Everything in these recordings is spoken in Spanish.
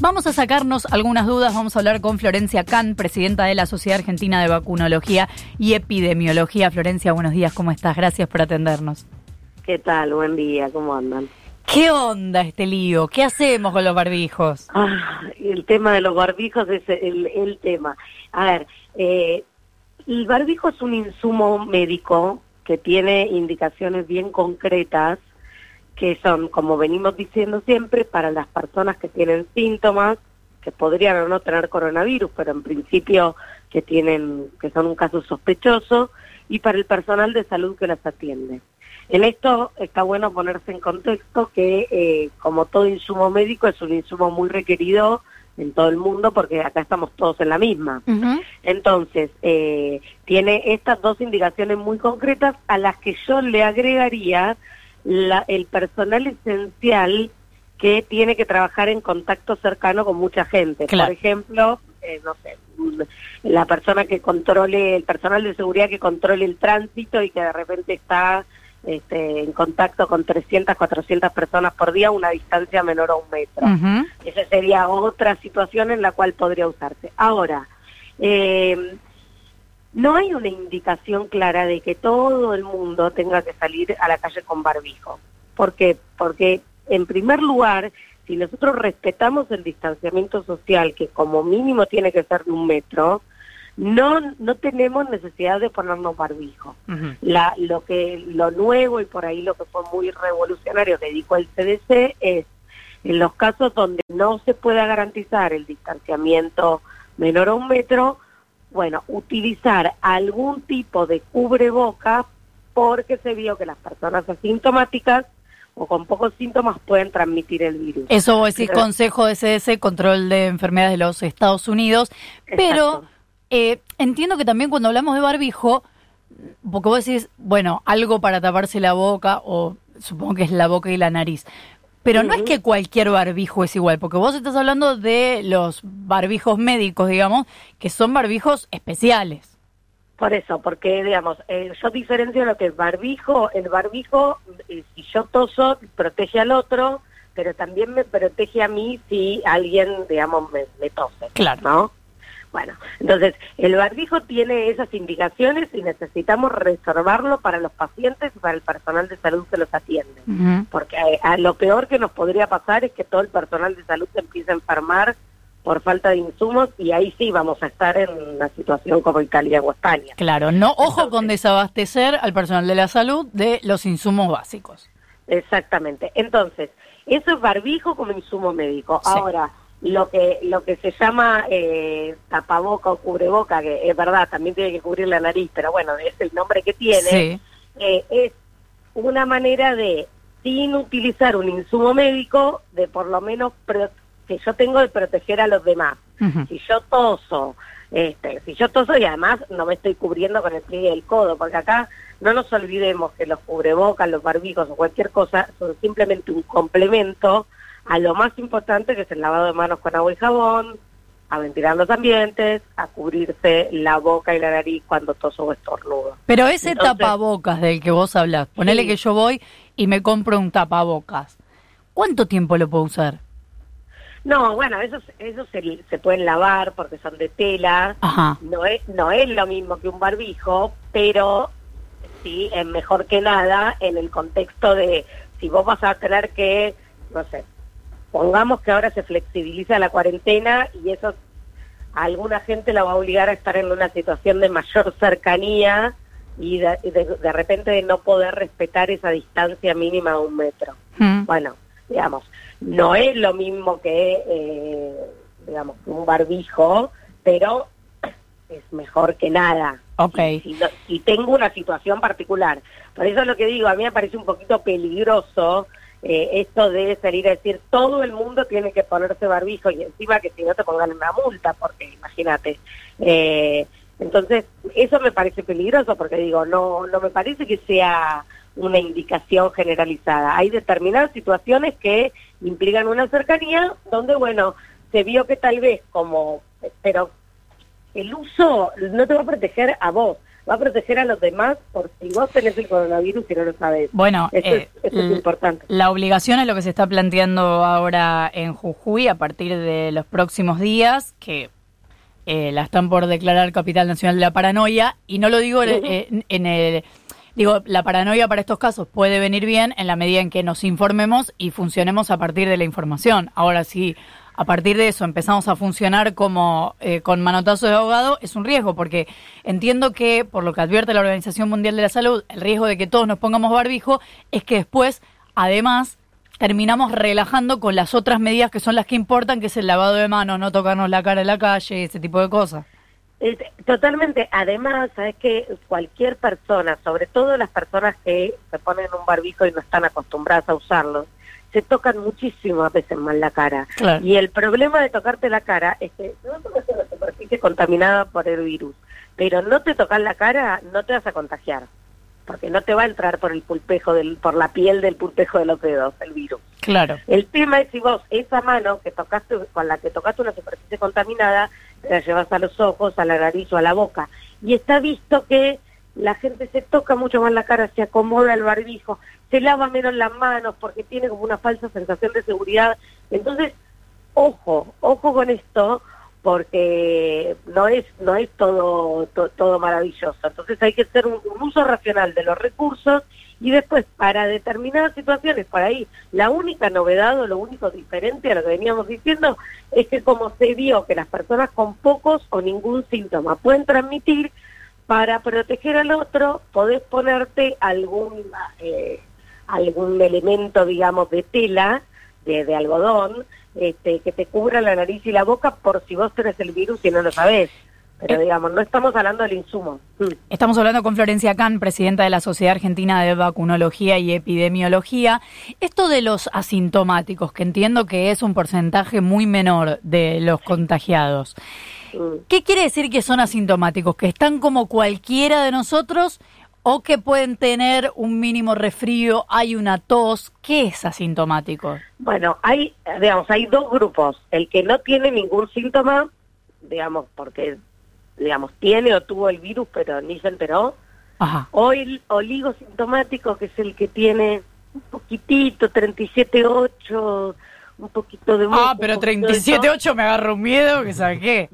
Vamos a sacarnos algunas dudas, vamos a hablar con Florencia Can, presidenta de la Sociedad Argentina de Vacunología y Epidemiología. Florencia, buenos días, ¿cómo estás? Gracias por atendernos. ¿Qué tal? Buen día, ¿cómo andan? ¿Qué onda este lío? ¿Qué hacemos con los barbijos? El tema de los barbijos es el tema. A ver, el barbijo es un insumo médico que tiene indicaciones bien concretas, que son, como venimos diciendo siempre, para las personas que tienen síntomas, que podrían o no tener coronavirus, pero en principio que son un caso sospechoso, y para el personal de salud que las atiende. En esto está bueno ponerse en contexto que, como todo insumo médico, es un insumo muy requerido en todo el mundo, porque acá estamos todos en la misma. Uh-huh. Entonces, tiene estas dos indicaciones muy concretas, a las que yo le agregaría el personal esencial que tiene que trabajar en contacto cercano con mucha gente. Claro. Por ejemplo, no sé, la persona que controle, el personal de seguridad que controle el tránsito y que de repente está en contacto con 300, 400 personas por día a una distancia menor a 1 metro. Uh-huh. Esa sería otra situación en la cual podría usarse. Ahora, no hay una indicación clara de que todo el mundo tenga que salir a la calle con barbijo. ¿Por qué? Porque, en primer lugar, si nosotros respetamos el distanciamiento social, que como mínimo tiene que ser de 1 metro, no tenemos necesidad de ponernos barbijo. Uh-huh. Lo nuevo y por ahí lo que fue muy revolucionario que dijo el CDC es, en los casos donde no se pueda garantizar el distanciamiento menor a 1 metro, bueno, utilizar algún tipo de cubreboca, porque se vio que las personas asintomáticas o con pocos síntomas pueden transmitir el virus. Eso vos decís, consejo de CDC, control de enfermedades de los Estados Unidos. Exacto. Pero entiendo que también cuando hablamos de barbijo, porque vos decís, bueno, algo para taparse la boca, o supongo que es la boca y la nariz. Pero no es que cualquier barbijo es igual, porque vos estás hablando de los barbijos médicos, digamos, que son barbijos especiales. Por eso, porque, digamos, yo diferencio lo que es barbijo. El barbijo, si yo toso, protege al otro, pero también me protege a mí si alguien, digamos, me tose. Claro. ¿No? Bueno, entonces, el barbijo tiene esas indicaciones y necesitamos reservarlo para los pacientes y para el personal de salud que los atiende. Uh-huh. Porque a lo peor que nos podría pasar es que todo el personal de salud se empiece a enfermar por falta de insumos, y ahí sí vamos a estar en una situación como Italia o España. Claro, no, ojo con desabastecer al personal de la salud de los insumos básicos. Exactamente. Entonces, eso es barbijo como insumo médico. Sí. Ahora, lo que se llama tapaboca o cubreboca, que es verdad, también tiene que cubrir la nariz, pero bueno, es el nombre que tiene, sí. Es una manera de, sin utilizar un insumo médico, de por lo menos que yo tengo de proteger a los demás. Uh-huh. Si yo toso y además no me estoy cubriendo con el pliegue del codo, porque acá no nos olvidemos que los cubrebocas, los barbijos o cualquier cosa son simplemente un complemento a lo más importante, que es el lavado de manos con agua y jabón, a ventilar los ambientes, a cubrirse la boca y la nariz cuando toso o estornudo. Pero ese tapabocas del que vos hablás, ponele que yo voy y me compro un tapabocas, ¿cuánto tiempo lo puedo usar? No, bueno, esos se pueden lavar porque son de tela. Ajá. No es lo mismo que un barbijo, pero sí es mejor que nada en el contexto de si vos vas a tener que, no sé, pongamos que ahora se flexibiliza la cuarentena y eso a alguna gente la va a obligar a estar en una situación de mayor cercanía y de repente de no poder respetar esa distancia mínima de 1 metro. Bueno, digamos, no es lo mismo que, digamos, un barbijo, pero es mejor que nada. Okay. Si tengo una situación particular. Por eso es lo que digo, a mí me parece un poquito peligroso esto de salir a decir todo el mundo tiene que ponerse barbijo y encima que si no te pongan una multa, porque imagínate. Entonces, eso me parece peligroso porque digo, no me parece que sea una indicación generalizada. Hay determinadas situaciones que implican una cercanía donde, bueno, se vio que tal vez pero el uso no te va a proteger a vos. va a proteger a los demás por si vos tenés el coronavirus y no lo sabés. Bueno, eso es importante. La obligación es lo que se está planteando ahora en Jujuy a partir de los próximos días, que la están por declarar capital nacional de la paranoia, y no lo digo digo, la paranoia para estos casos puede venir bien en la medida en que nos informemos y funcionemos a partir de la información. Ahora, si a partir de eso empezamos a funcionar como con manotazo de ahogado, es un riesgo, porque entiendo que, por lo que advierte la Organización Mundial de la Salud, el riesgo de que todos nos pongamos barbijo es que después, además, terminamos relajando con las otras medidas que son las que importan, que es el lavado de manos, no tocarnos la cara en la calle, ese tipo de cosas. Totalmente. Además, sabes que cualquier persona, sobre todo las personas que se ponen un barbijo y no están acostumbradas a usarlo, se tocan muchísimas veces mal la cara. Claro. Y el problema de tocarte la cara es que no tocas una superficie contaminada por el virus, pero no te tocas la cara, no te vas a contagiar, porque no te va a entrar por el pulpejo por la piel del pulpejo de los dedos el virus. Claro. El tema es si vos esa mano que tocaste, con la que tocaste una superficie contaminada, te la llevas a los ojos, a la nariz o a la boca. Y está visto que la gente se toca mucho más la cara, se acomoda el barbijo, se lava menos las manos porque tiene como una falsa sensación de seguridad. Entonces, ojo con esto, porque no es todo maravilloso. Entonces hay que hacer un uso racional de los recursos, y después para determinadas situaciones, por ahí, la única novedad o lo único diferente a lo que veníamos diciendo es que como se vio que las personas con pocos o ningún síntoma pueden transmitir, para proteger al otro podés ponerte algún elemento, digamos, de tela, de algodón, que te cubra la nariz y la boca por si vos tenés el virus y no lo sabés. Pero digamos, no estamos hablando del insumo. Estamos hablando con Florencia Can, presidenta de la Sociedad Argentina de Vacunología y Epidemiología. Esto de los asintomáticos, que entiendo que es un porcentaje muy menor de los contagiados. ¿Qué quiere decir que son asintomáticos? ¿Que están como cualquiera de nosotros o que pueden tener un mínimo resfrío, hay una tos? ¿Qué es asintomático? Bueno, hay dos grupos. El que no tiene ningún síntoma, digamos, porque tiene o tuvo el virus, pero ni se enteró. Ajá. O el oligosintomático, que es el que tiene un poquitito, 37.8, un poquito de... pero 37.8 me agarra un miedo, que ¿sabe qué?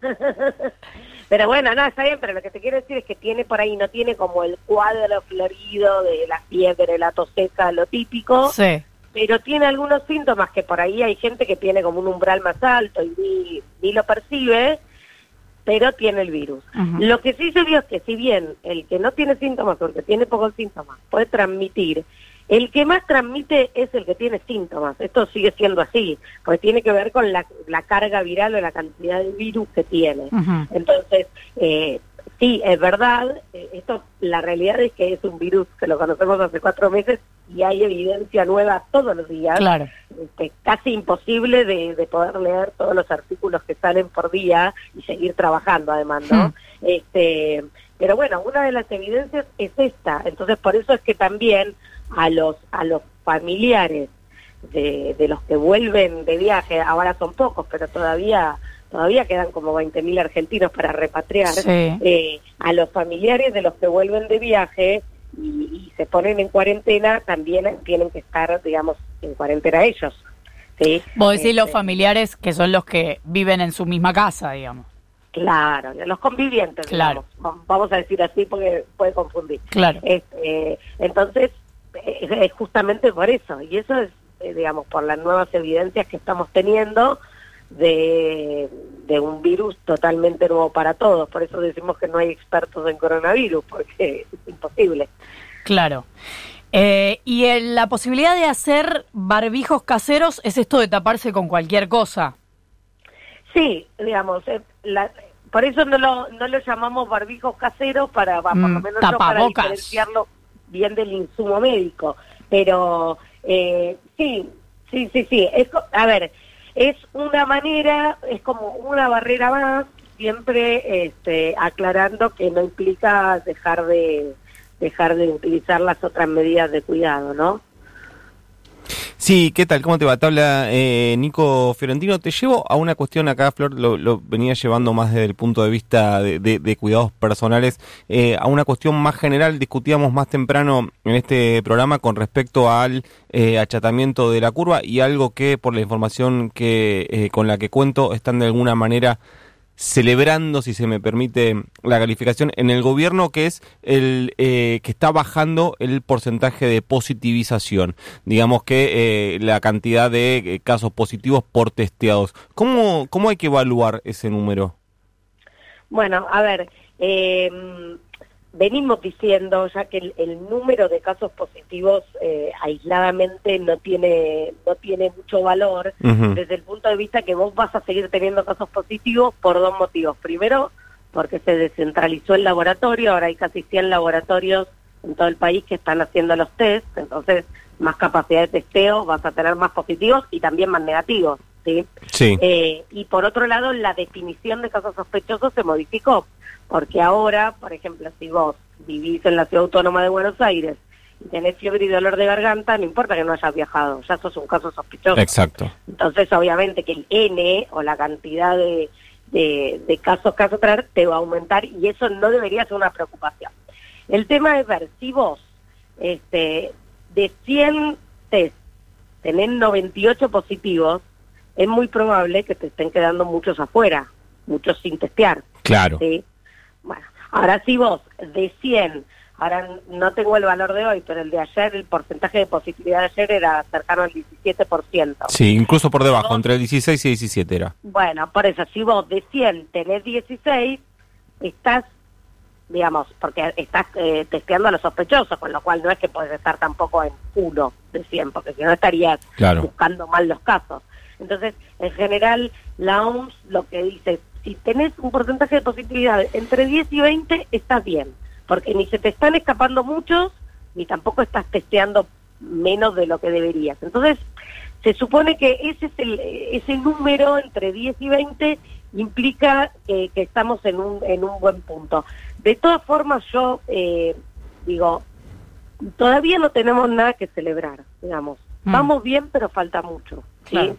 Pero bueno, no, está bien, pero lo que te quiero decir es que tiene por ahí, no tiene como el cuadro florido de la fiebre, la tos seca, lo típico. Sí. Pero tiene algunos síntomas que por ahí hay gente que tiene como un umbral más alto y ni lo percibe, pero tiene el virus. Uh-huh. Lo que sí se vio es que si bien el que no tiene síntomas o el que tiene pocos síntomas puede transmitir, el que más transmite es el que tiene síntomas. Esto sigue siendo así, porque tiene que ver con la carga viral o la cantidad de virus que tiene. Uh-huh. Entonces, sí, es verdad, la realidad es que es un virus que lo conocemos hace 4 meses y hay evidencia nueva todos los días. Claro. Casi imposible de poder leer todos los artículos que salen por día y seguir trabajando además, ¿no? Pero bueno, una de las evidencias es esta. Entonces, por eso es que también a los familiares de los que vuelven de viaje, ahora son pocos, pero todavía quedan como 20.000 argentinos para repatriar, sí. A los familiares de los que vuelven de viaje y se ponen en cuarentena, también tienen que estar, digamos, en cuarentena ellos. ¿Sí? Vos decís los familiares que son los que viven en su misma casa, digamos. Claro, los convivientes, claro. Digamos, vamos a decir así porque puede confundir. Claro. Entonces, es justamente por eso, y eso es, digamos, por las nuevas evidencias que estamos teniendo de un virus totalmente nuevo para todos. Por eso decimos que no hay expertos en coronavirus, porque es imposible. Claro. Y la posibilidad de hacer barbijos caseros es esto de taparse con cualquier cosa. Sí, digamos, por eso no lo llamamos barbijos caseros, por lo menos no para diferenciarlo bien del insumo médico. Pero sí. Es una manera, es como una barrera más, siempre aclarando que no implica dejar de utilizar las otras medidas de cuidado, ¿no? Sí. Sí, ¿qué tal? ¿Cómo te va? Te habla Nico Fiorentino. Te llevo a una cuestión acá, Flor, lo venía llevando más desde el punto de vista de cuidados personales, a una cuestión más general. Discutíamos más temprano en este programa con respecto al achatamiento de la curva y algo que, por la información que con la que cuento, están de alguna manera celebrando, si se me permite la calificación, en el gobierno, que es el que está bajando el porcentaje de positivización, digamos que la cantidad de casos positivos por testeados. ¿Cómo hay que evaluar ese número? Bueno, a ver, venimos diciendo ya que el número de casos positivos aisladamente no tiene mucho valor, desde el punto de vista que vos vas a seguir teniendo casos positivos por dos motivos. Primero, porque se descentralizó el laboratorio, ahora hay casi 100 laboratorios en todo el país que están haciendo los test, entonces más capacidad de testeo, vas a tener más positivos y también más negativos, ¿sí? Sí. Y por otro lado, la definición de casos sospechosos se modificó, porque ahora, por ejemplo, si vos vivís en la Ciudad Autónoma de Buenos Aires y tenés fiebre y dolor de garganta, no importa que no hayas viajado, ya sos un caso sospechoso. Exacto. Entonces, obviamente que el N, o la cantidad de casos que vas a traer, te va a aumentar, y eso no debería ser una preocupación. El tema es ver, si vos de 100 test tenés 98 positivos, es muy probable que te estén quedando muchos afuera, muchos sin testear. Claro. ¿Sí? Bueno, ahora si vos de 100, ahora no tengo el valor de hoy, pero el de ayer, el porcentaje de positividad de ayer era cercano al 17%. Sí, incluso por debajo, entre el 16 y 17 era. Bueno, por eso, si vos de 100 tenés 16, estás, digamos, porque estás testeando a los sospechosos, con lo cual no es que podés estar tampoco en 1 de 100, porque si no estarías buscando mal los casos. Entonces, en general, la OMS lo que dice, si tenés un porcentaje de positividad entre 10 y 20, estás bien, porque ni se te están escapando muchos, ni tampoco estás testeando menos de lo que deberías. Entonces, se supone que ese número entre 10 y 20 implica que estamos en un buen punto. De todas formas, yo digo, todavía no tenemos nada que celebrar, digamos. Vamos bien, pero falta mucho, ¿sí? Claro.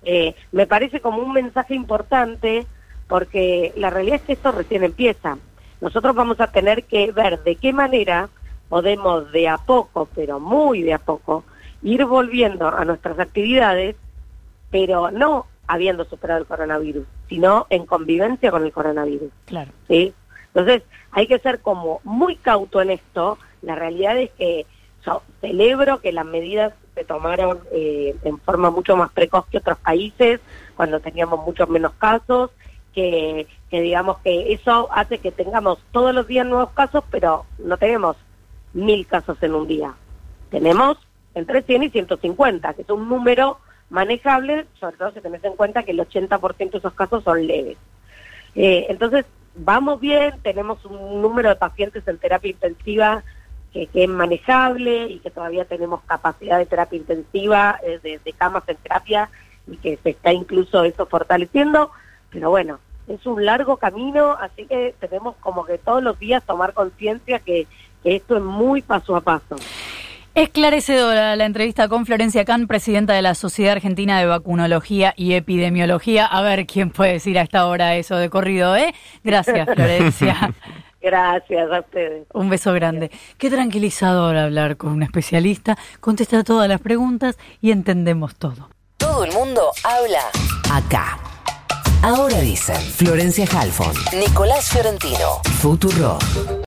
Me parece como un mensaje importante, porque la realidad es que esto recién empieza. Nosotros vamos a tener que ver de qué manera podemos de a poco, pero muy de a poco, ir volviendo a nuestras actividades, pero no habiendo superado el coronavirus, sino en convivencia con el coronavirus. Claro. ¿Sí? Entonces, hay que ser como muy cauto en esto. La realidad es que yo celebro que las medidas se tomaron en forma mucho más precoz que otros países, cuando teníamos muchos menos casos, que digamos que eso hace que tengamos todos los días nuevos casos, pero no tenemos 1000 casos en un día. Tenemos entre 100 y 150, que es un número manejable, sobre todo si tenés en cuenta que el 80% de esos casos son leves. Entonces, vamos bien, tenemos un número de pacientes en terapia intensiva que es manejable, y que todavía tenemos capacidad de terapia intensiva, de camas en terapia, y que se está incluso eso fortaleciendo, pero bueno, es un largo camino, así que tenemos como que todos los días tomar conciencia que esto es muy paso a paso. Esclarecedora la entrevista con Florencia Can, presidenta de la Sociedad Argentina de Vacunología y Epidemiología. A ver quién puede decir a esta hora eso de corrido, ¿eh? Gracias, Florencia. Gracias a ustedes. Un beso grande. Qué tranquilizador hablar con un especialista, contesta todas las preguntas y entendemos todo. Todo el mundo habla acá. Ahora dicen Florencia Halfon, Nicolás Fiorentino, Futuro.